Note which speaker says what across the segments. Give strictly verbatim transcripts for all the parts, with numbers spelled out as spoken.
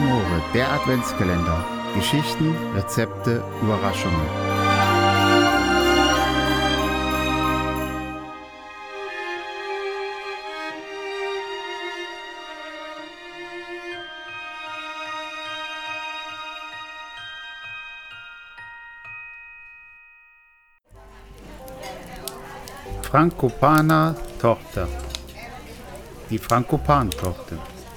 Speaker 1: Amore, der Adventskalender. Geschichten, Rezepte, Überraschungen. Frankopaner Tochter. Die Frankopan-Tochter.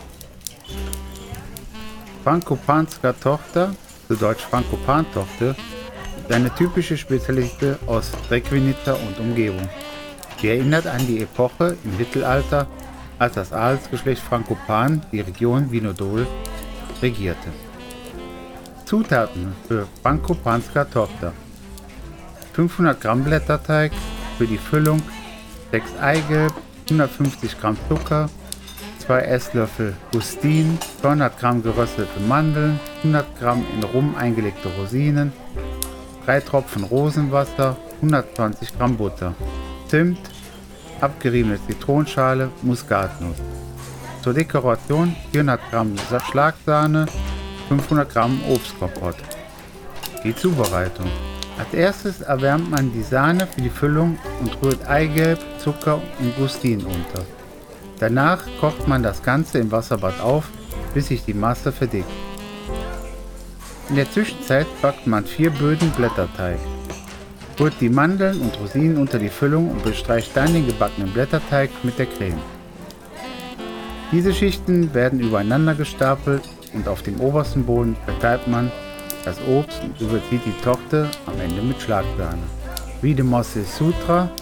Speaker 1: Frankopanska Tochter, zu Deutsch Frankopan-Tochter, ist eine typische Spezialität aus Requinita und Umgebung. Sie erinnert an die Epoche im Mittelalter, als das Adelsgeschlecht Frankopan die Region Vinodol regierte. Zutaten für Frankopanska Tochter: fünfhundert Gramm Blätterteig, für die Füllung sechs Eigelb, hundertfünfzig Gramm Zucker, zwei Esslöffel Gustin, zweihundert Gramm geröstete Mandeln, hundert Gramm in Rum eingelegte Rosinen, drei Tropfen Rosenwasser, hundertzwanzig Gramm Butter, Zimt, abgeriebene Zitronenschale, Muskatnuss. Zur Dekoration vierhundert Gramm Schlagsahne, fünfhundert Gramm Obstkompott. Die Zubereitung: Als erstes erwärmt man die Sahne für die Füllung und rührt Eigelb, Zucker und Gustin unter. Danach kocht man das Ganze im Wasserbad auf, bis sich die Masse verdickt. In der Zwischenzeit backt man vier Böden Blätterteig. Rührt die Mandeln und Rosinen unter die Füllung und bestreicht dann den gebackenen Blätterteig mit der Creme. Diese Schichten werden übereinander gestapelt und auf dem obersten Boden verteilt man das Obst und überzieht die Tochter am Ende mit Schlagsahne. Wie de Mosse Sutra,